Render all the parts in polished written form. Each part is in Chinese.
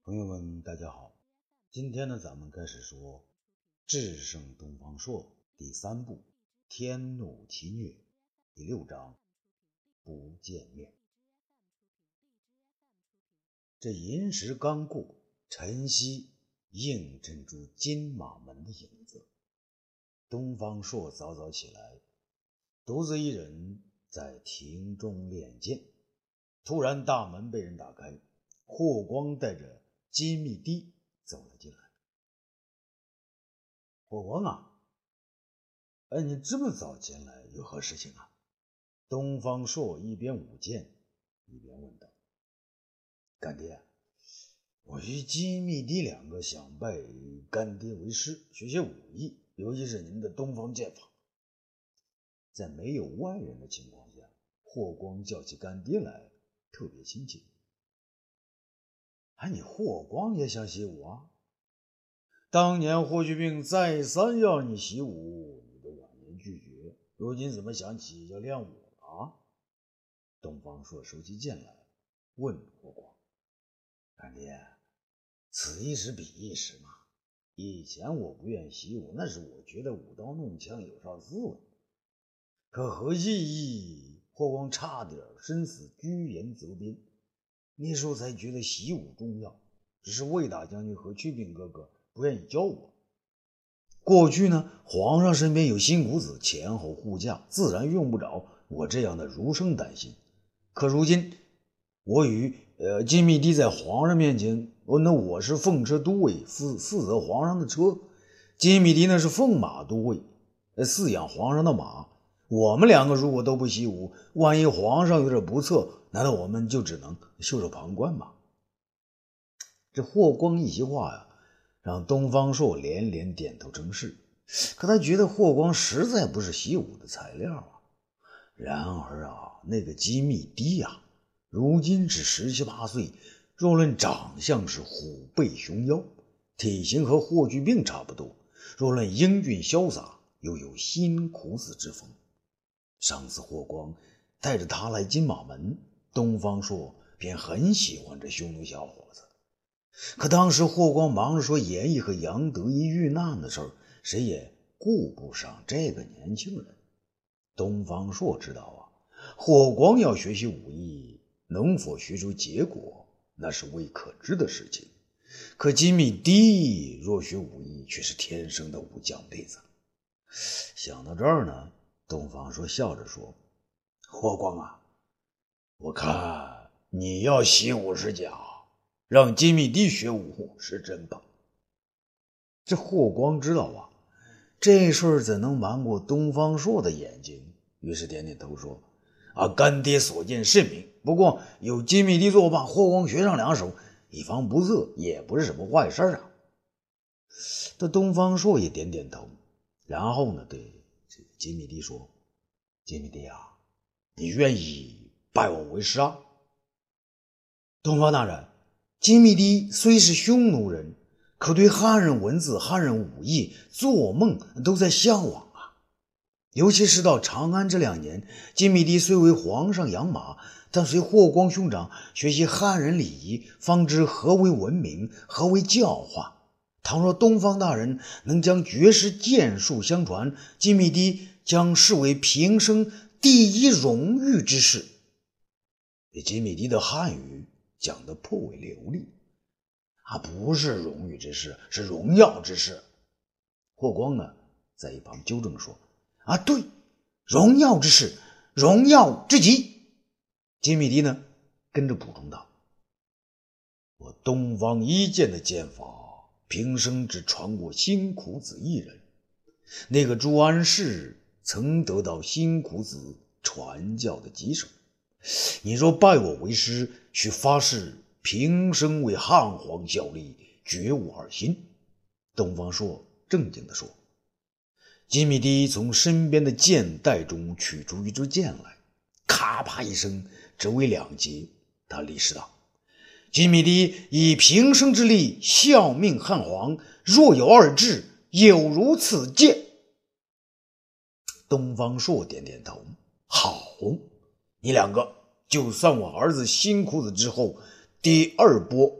朋友们，大家好。今天呢，咱们开始说《智胜东方朔》第3部《天怒其虐》第6章不见面。这寅时刚过，晨曦映衬出金马门的影子。东方朔早早起来，独自一人在庭中练剑。突然大门被人打开，霍光带着金密堤走了进来。霍光啊，你这么早进来有何事情啊？东方朔一边舞剑一边问道。干爹，我与金密堤两个想拜干爹为师，学些武艺，尤其是您的东方剑法。在没有外人的情况下，霍光叫起干爹来特别亲切。你霍光也想习武啊？当年霍去病再三要你习武，你都婉言拒绝，如今怎么想起要练武了啊？东方朔收起剑来问霍光。干爹，此一时彼一时嘛。以前我不愿习武，那是我觉得舞刀弄枪有少自问。可何意霍光差点生死居延泽边，那时候才觉得习武重要，只是魏大将军和去病哥哥不愿意教我。过去呢，皇上身边有新谷子前后护驾，自然用不着我这样的儒生担心。可如今我与金密堤在皇上面前，那我是奉车都尉，负责皇上的车，金密堤呢是奉马都尉，饲养皇上的马。我们两个如果都不习武，万一皇上有点不测，难道我们就只能袖手旁观吗？这霍光一席话呀，让东方朔连连点头称是。可他觉得霍光实在不是习武的材料啊。然而那个金密堤如今只17、18岁，若论长相是虎背熊腰，体型和霍去病差不多，若论英俊潇洒，又有新苦子之风。上次霍光带着他来金马门，东方朔便很喜欢这匈奴小伙子。可当时霍光忙着说严毅和杨得意遇难的事儿，谁也顾不上这个年轻人。东方朔知道霍光要学习武艺，能否学出结果，那是未可知的事情。可金密堤若学武艺，却是天生的武将胚子。想到这儿呢，东方朔笑着说：霍光我看你要习武是假，让金密堤学武是真吧。这霍光知道这事儿怎能瞒过东方朔的眼睛，于是点点头说：干爹所见甚明，不过有金密堤作伴，霍光学上2手，以防不测，也不是什么坏事这东方朔也点点头，然后呢，对这个金密堤说：金密堤你愿意拜我为师啊？东方大人，金密堤虽是匈奴人，可对汉人文字、汉人武艺做梦都在向往尤其是到长安这2年，金密堤虽为皇上养马，但随霍光兄长学习汉人礼仪，方知何为文明，何为教化。倘若东方大人能将绝世剑术相传，金密堤将视为平生第一荣誉之事。金密堤的汉语讲得颇为流利不是荣誉之事，是荣耀之事。霍光呢，在一旁纠正说：对，荣耀之事，荣耀之极。金密堤呢，跟着补充道：我东方一剑的剑法，平生只传过辛苦子一人。那个朱安世曾得到辛苦子传教的棘手。你若拜我为师，须发誓平生为汉皇效力，绝无二心。东方朔正经地说。金密堤从身边的剑袋中取出一支剑来，咔啪一声折为2截。他立誓道：金密堤以平生之力效命汉皇，若有2志，有如此剑。东方朔点点头：好，你2个就算我儿子辛苦子之后第2波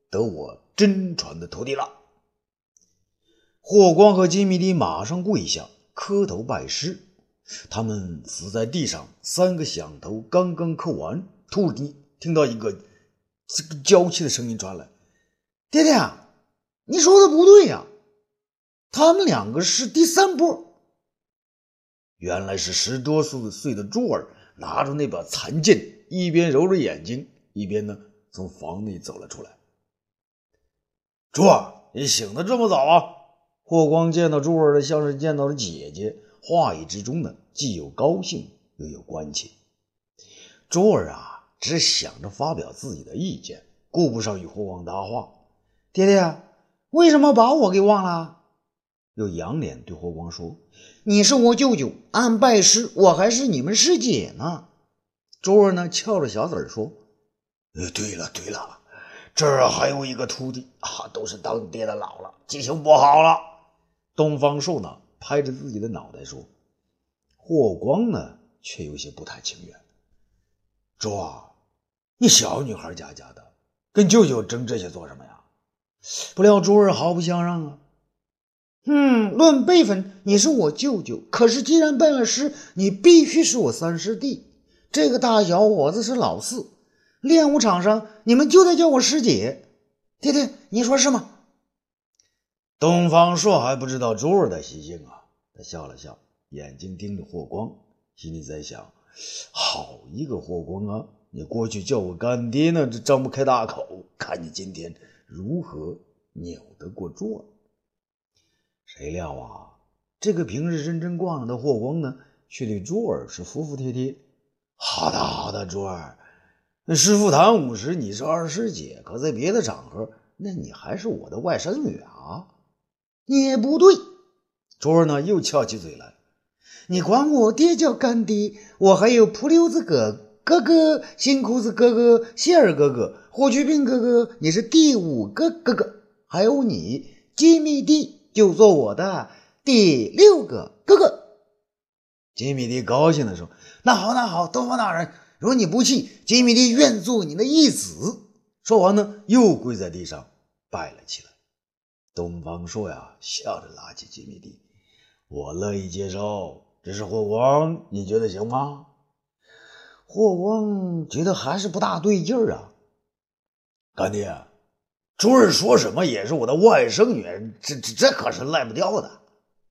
得我真传的徒弟了。霍光和金密帝马上跪下磕头拜师，他们伏在地上，3个响头刚刚磕完，突然听到一个娇气的声音传来：“爹爹，你说的不对呀，他们2个是第3波。”原来是10多岁的珠儿拿着那把残剑，一边揉着眼睛，一边呢从房内走了出来。珠儿，你醒得这么早啊？霍光见到珠儿的像是见到了姐姐，话语之中呢既有高兴又有关切。珠儿啊只想着发表自己的意见，顾不上与霍光搭话。爹爹，为什么把我给忘了？又仰脸对霍光说：“你是我舅舅，按拜师我还是你们师姐呢。”珠儿呢翘着小嘴说：“对了，这儿还有一个徒弟啊，都是当爹的老了，记性不好了。”东方朔呢拍着自己的脑袋说。霍光呢却有些不太情愿：“珠儿，你小女孩家的，跟舅舅争这些做什么呀？”不料珠儿毫不相让啊。论辈分你是我舅舅，可是既然拜了师，你必须是我3师弟。这个大小伙子是老4，练武场上你们就得叫我师姐。爹爹，你说是吗？东方朔还不知道珠儿的习性啊，他笑了笑，眼睛盯着霍光，心里在想：好一个霍光啊，你过去叫我干爹呢，这张不开大口，看你今天如何扭得过珠儿。谁料啊，这个平日认真惯了的霍光呢，却对珠儿是服服帖帖。好的，珠儿，那师父谈武时你是2师姐，可在别的场合，那你还是我的外甥女啊。也不对，珠儿呢又翘起嘴来：“你管我爹叫干爹，我还有蒲溜子哥哥、新裤子哥哥、谢尔哥哥、霍去病哥哥，你是第5个哥哥，还有你金密帝，就做我的第6个哥哥。”金密帝高兴地说：“那好，东方大人，如果你不弃，金密帝愿做你的义子。”说完呢，又跪在地上拜了起来。东方朔呀，笑着拉起金密帝：“我乐意接受，只是霍光，你觉得行吗？”霍光觉得还是不大对劲儿啊。干爹，珠儿说什么也是我的外甥女，这可是赖不掉的。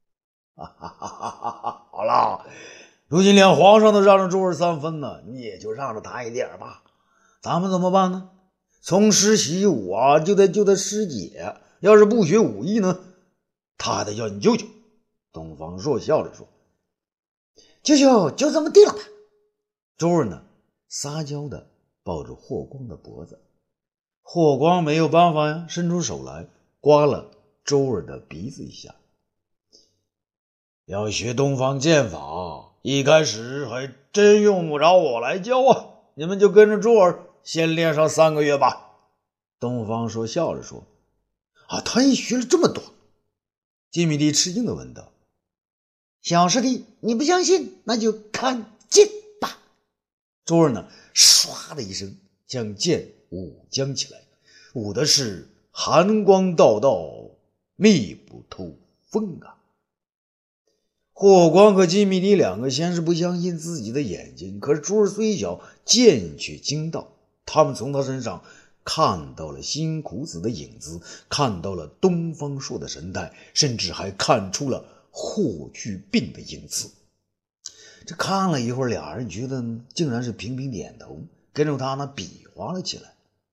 好了，如今连皇上都让着珠儿3分了，你也就让着他一点吧。咱们怎么办呢？从师习武啊，就得师姐，要是不学武艺呢，他还得叫你舅舅。东方朔笑着说：“舅舅，就这么定了吧。”珠儿呢撒娇的抱着霍光的脖子，霍光没有办法呀，伸出手来刮了珠儿的鼻子一下。要学东方剑法，一开始还真用不着我来教啊，你们就跟着珠儿先练上3个月吧。东方朔笑着说：“啊，他也学了这么多。”金密帝吃惊的问道：“小师弟，你不相信，那就看剑吧。”珠儿呢，唰的一声将剑舞将起来，舞的是寒光道道，密不透风啊。霍光和金密帝2个先是不相信自己的眼睛，可是珠儿虽小，剑却精到，他们从他身上看到了辛苦子的影子，看到了东方朔的神态，甚至还看出了霍去病的影子。这看了一会儿，2人觉得竟然是频频点头，跟着他呢比划了起来。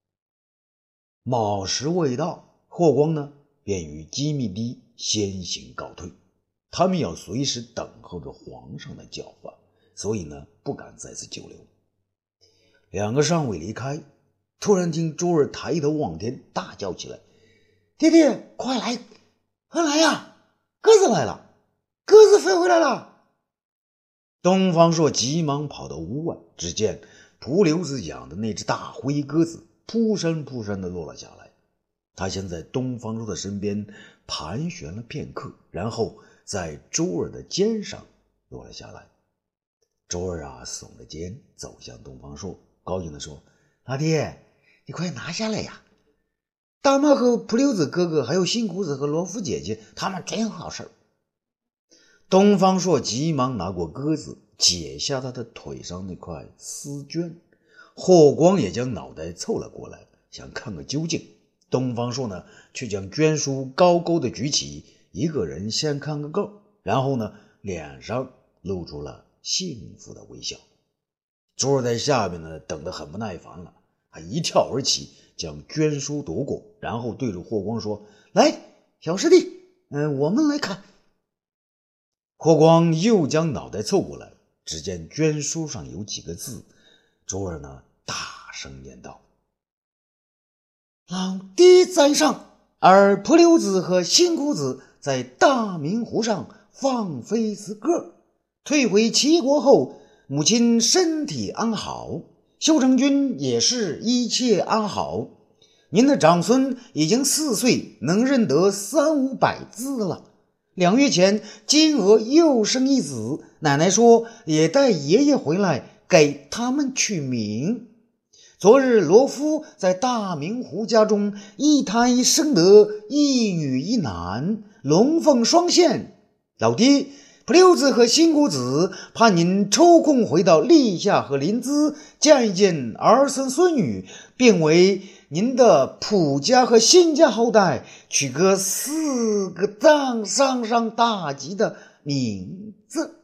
卯时未到，霍光呢便与金密帝先行告退，他们要随时等候着皇上的叫唤，所以呢不敢再次久留。2个尚未离开，突然听珠儿抬头望天，大叫起来：“爹爹，快来，快来呀！鸽子来了，鸽子飞回来了！”东方朔急忙跑到屋外，只见蒲留子养的那只大灰鸽子扑扇扑扇的落了下来。他先在东方朔的身边盘旋了片刻，然后在珠儿的肩上落了下来。珠儿啊耸着肩走向东方朔，高兴地说：“老爹，你快拿下来呀！ 大妈和普溜子哥哥还有新姑子和罗夫姐姐，他们真好事。东方朔急忙拿过鸽子，解下他的腿上那块丝绢。霍光也将脑袋凑了过来，想看个究竟。东方朔呢，却将绢书高高的举起，一个人先看个够，然后呢，脸上露出了幸福的微笑。周儿在下面呢，等得很不耐烦了，他一跳而起，将绢书夺过，然后对着霍光说：“来，小师弟，我们来看。”霍光又将脑袋凑过来，只见绢书上有几个字，周儿呢，大声念道：“老弟在上，而蒲溜子和新姑子在大明湖上放飞自个，退回齐国后，母亲身体安好，修成君也是一切安好。您的长孙已经4岁，能认得300-500字了。2月前，金娥又生一子，奶奶说也带爷爷回来给他们取名。昨日罗夫在大明湖家中一胎生得一女一男，龙凤双现。老爹，普溜子和新姑子盼您抽空回到历下和临淄见一见儿孙孙女，并为您的普家和新家后代取个4个上大吉的名字。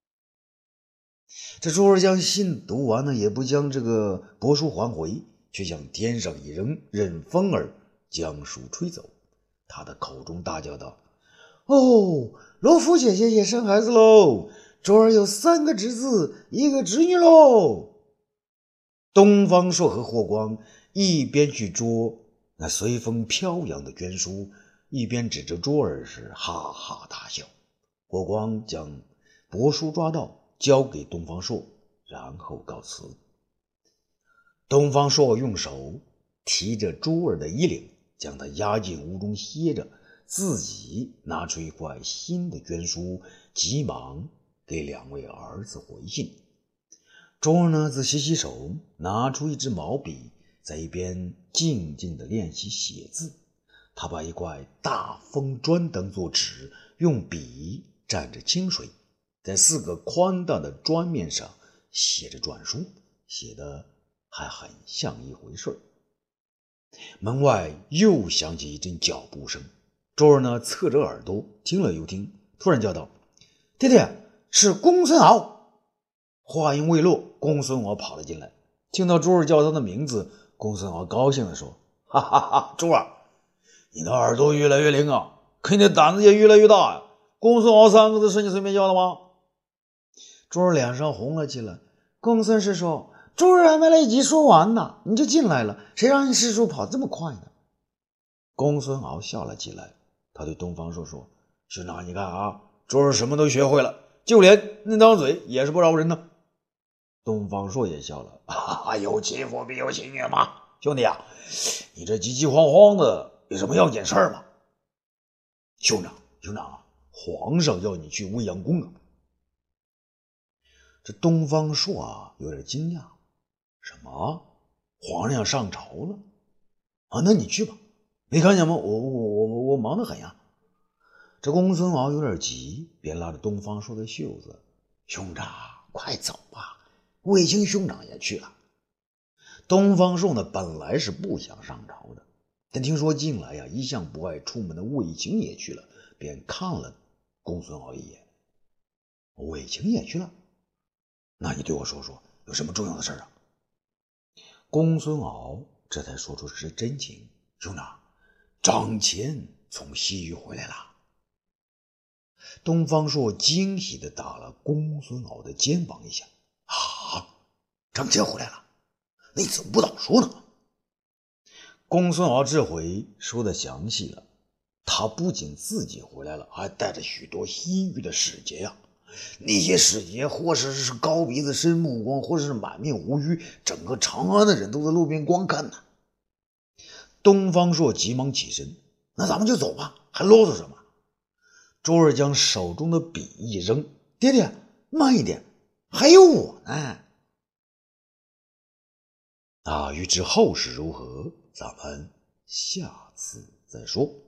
这周儿将信读完呢，也不将这个帛书还回，却向天上一扔，任风儿将书吹走。他的口中大叫道：“哦，罗夫姐姐也生孩子喽！周儿有3个侄子，1个侄女喽！”东方朔和霍光一边去捉那随风飘扬的绢书，一边指着周儿是哈哈大笑。霍光将帛书抓到，交给东方朔，然后告辞。东方朔用手提着周儿的衣领，将他压进屋中歇着，自己拿出一块新的绢书，急忙给2位儿子回信。周儿呢，则洗洗手，拿出一支毛笔，在一边静静地练习写字。他把一块大风砖当作纸，用笔蘸着清水，在4个宽大的砖面上写着篆书，写得还很像一回事。门外又响起一阵脚步声，周儿呢，侧着耳朵听了又听，突然叫道：“爹爹，是公孙敖！”话音未落，公孙敖跑了进来，听到周儿叫他的名字，公孙敖高兴地说：“哈哈哈，周儿，你的耳朵越来越灵啊，可你的胆子也越来越大呀！公孙敖3个字是你随便叫的吗？”周儿脸上红了起来。公孙师叔，周儿还没来得及说完呢，你就进来了，谁让你师叔跑这么快呢？公孙敖笑了起来，他对东方朔说：“兄长，你看啊，周儿什么都学会了，就连那张嘴也是不饶人呢。”东方朔也笑了：“有其父必有其女嘛，兄弟啊，你这急急慌慌的有什么要紧事儿吗？”“兄长啊，皇上要你去未央宫啊。”这东方朔啊，有点惊讶：“什么？皇上要上朝了？啊，那你去吧，没看见吗？我忙得很呀。”这公孙敖有点急，便拉着东方朔的袖子：“兄长，快走吧，卫青兄长也去了。”东方朔呢，本来是不想上朝的，但听说近来呀，一向不爱出门的卫青也去了，便看了公孙敖一眼。“卫青也去了？那你对我说说，有什么重要的事啊？”公孙敖这才说出是真情：“兄长，张骞从西域回来了。”东方朔惊喜地打了公孙敖的肩膀一下：“啊，张骞回来了？那你怎么不早说呢？”公孙敖这回说的详细了，他不仅自己回来了，还带着许多西域的使节呀。那些使节或是高鼻子深目光，或是满面胡须，整个长安的人都在路边观看呢。东方朔急忙起身：“那咱们就走吧，还啰嗦什么？”周儿将手中的笔一扔：“爹爹，慢一点，还有我呢。”欲知后事如何，咱们下次再说。